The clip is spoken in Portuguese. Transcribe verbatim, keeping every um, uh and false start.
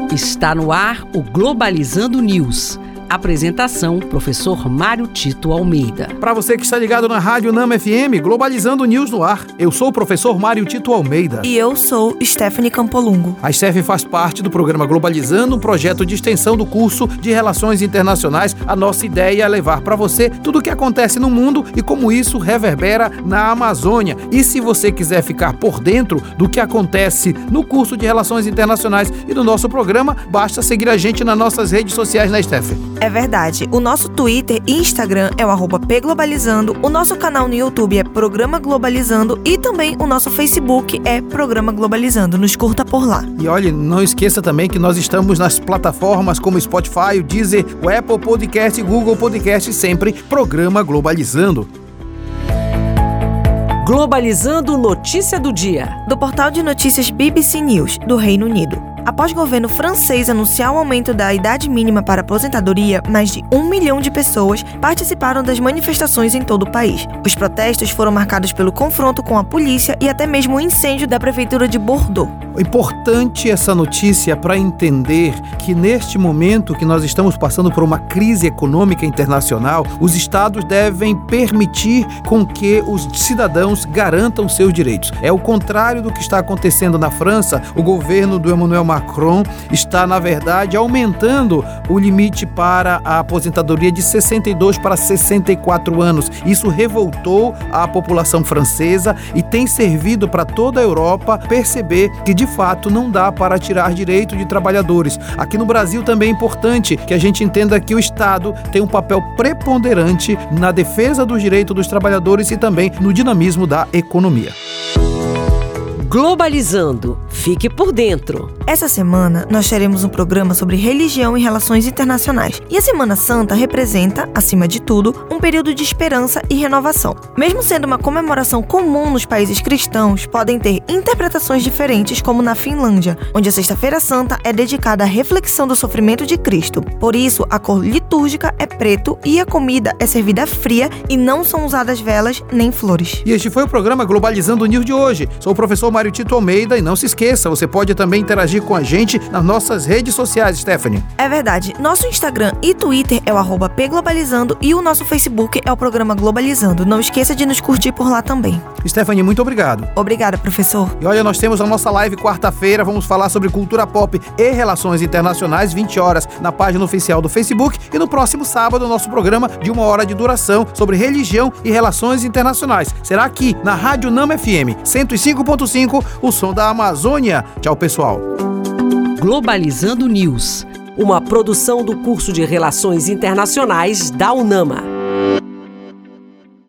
Está no ar o Globalizando News. Apresentação, professor Mário Tito Almeida. Para você que está ligado na Rádio Nama F M, Globalizando News no ar. Eu sou o professor Mário Tito Almeida. E eu sou Stephanie Campolungo. A Steph faz parte do programa Globalizando, um projeto de extensão do curso de Relações Internacionais. A nossa ideia é levar para você tudo o que acontece no mundo e como isso reverbera na Amazônia. E se você quiser ficar por dentro do que acontece no curso de Relações Internacionais e do nosso programa, basta seguir a gente nas nossas redes sociais, né, Steph? É verdade. O nosso Twitter e Instagram é o arroba pglobalizando, o nosso canal no YouTube é Programa Globalizando e também o nosso Facebook é Programa Globalizando. Nos curta por lá. E olha, não esqueça também que nós estamos nas plataformas como o Spotify, o Deezer, o Apple Podcast e Google Podcast, sempre Programa Globalizando. Globalizando notícia do dia. Do portal de notícias B B C News, do Reino Unido. Após o governo francês anunciar o aumento da idade mínima para aposentadoria, mais de um milhão de pessoas participaram das manifestações em todo o país. Os protestos foram marcados pelo confronto com a polícia e até mesmo o incêndio da prefeitura de Bordeaux. Importante essa notícia para entender que neste momento que nós estamos passando por uma crise econômica internacional, os estados devem permitir com que os cidadãos garantam seus direitos. É o contrário do que está acontecendo na França. O governo do Emmanuel Macron está, na verdade, aumentando o limite para a aposentadoria de sessenta e dois para sessenta e quatro anos. Isso revoltou a população francesa e tem servido para toda a Europa perceber que, de fato, não dá para tirar direito de trabalhadores. Aqui no Brasil também é importante que a gente entenda que o Estado tem um papel preponderante na defesa dos direitos dos trabalhadores e também no dinamismo da economia. Globalizando. Fique por dentro. Essa semana, nós teremos um programa sobre religião e relações internacionais. E a Semana Santa representa, acima de tudo, um período de esperança e renovação. Mesmo sendo uma comemoração comum nos países cristãos, podem ter interpretações diferentes, como na Finlândia, onde a Sexta-feira Santa é dedicada à reflexão do sofrimento de Cristo. Por isso, a cor litúrgica é preto e a comida é servida fria e não são usadas velas nem flores. E este foi o programa Globalizando News de hoje. Sou o professor Mário Tito Almeida e não se esqueça, você pode também interagir com a gente nas nossas redes sociais, Stephanie. É verdade. Nosso Instagram e Twitter é o arroba pglobalizando e o nosso Facebook é o Programa Globalizando. Não esqueça de nos curtir por lá também. Stephanie, muito obrigado. Obrigada, professor. E olha, nós temos a nossa live quarta-feira, vamos falar sobre cultura pop e relações internacionais, vinte horas, na página oficial do Facebook. E no próximo sábado, o nosso programa de uma hora de duração sobre religião e relações internacionais. Será aqui na Rádio Nama F M, cento e cinco ponto cinco, o som da Amazônia. Tchau, pessoal. Globalizando News, uma produção do curso de Relações Internacionais da UNAMA.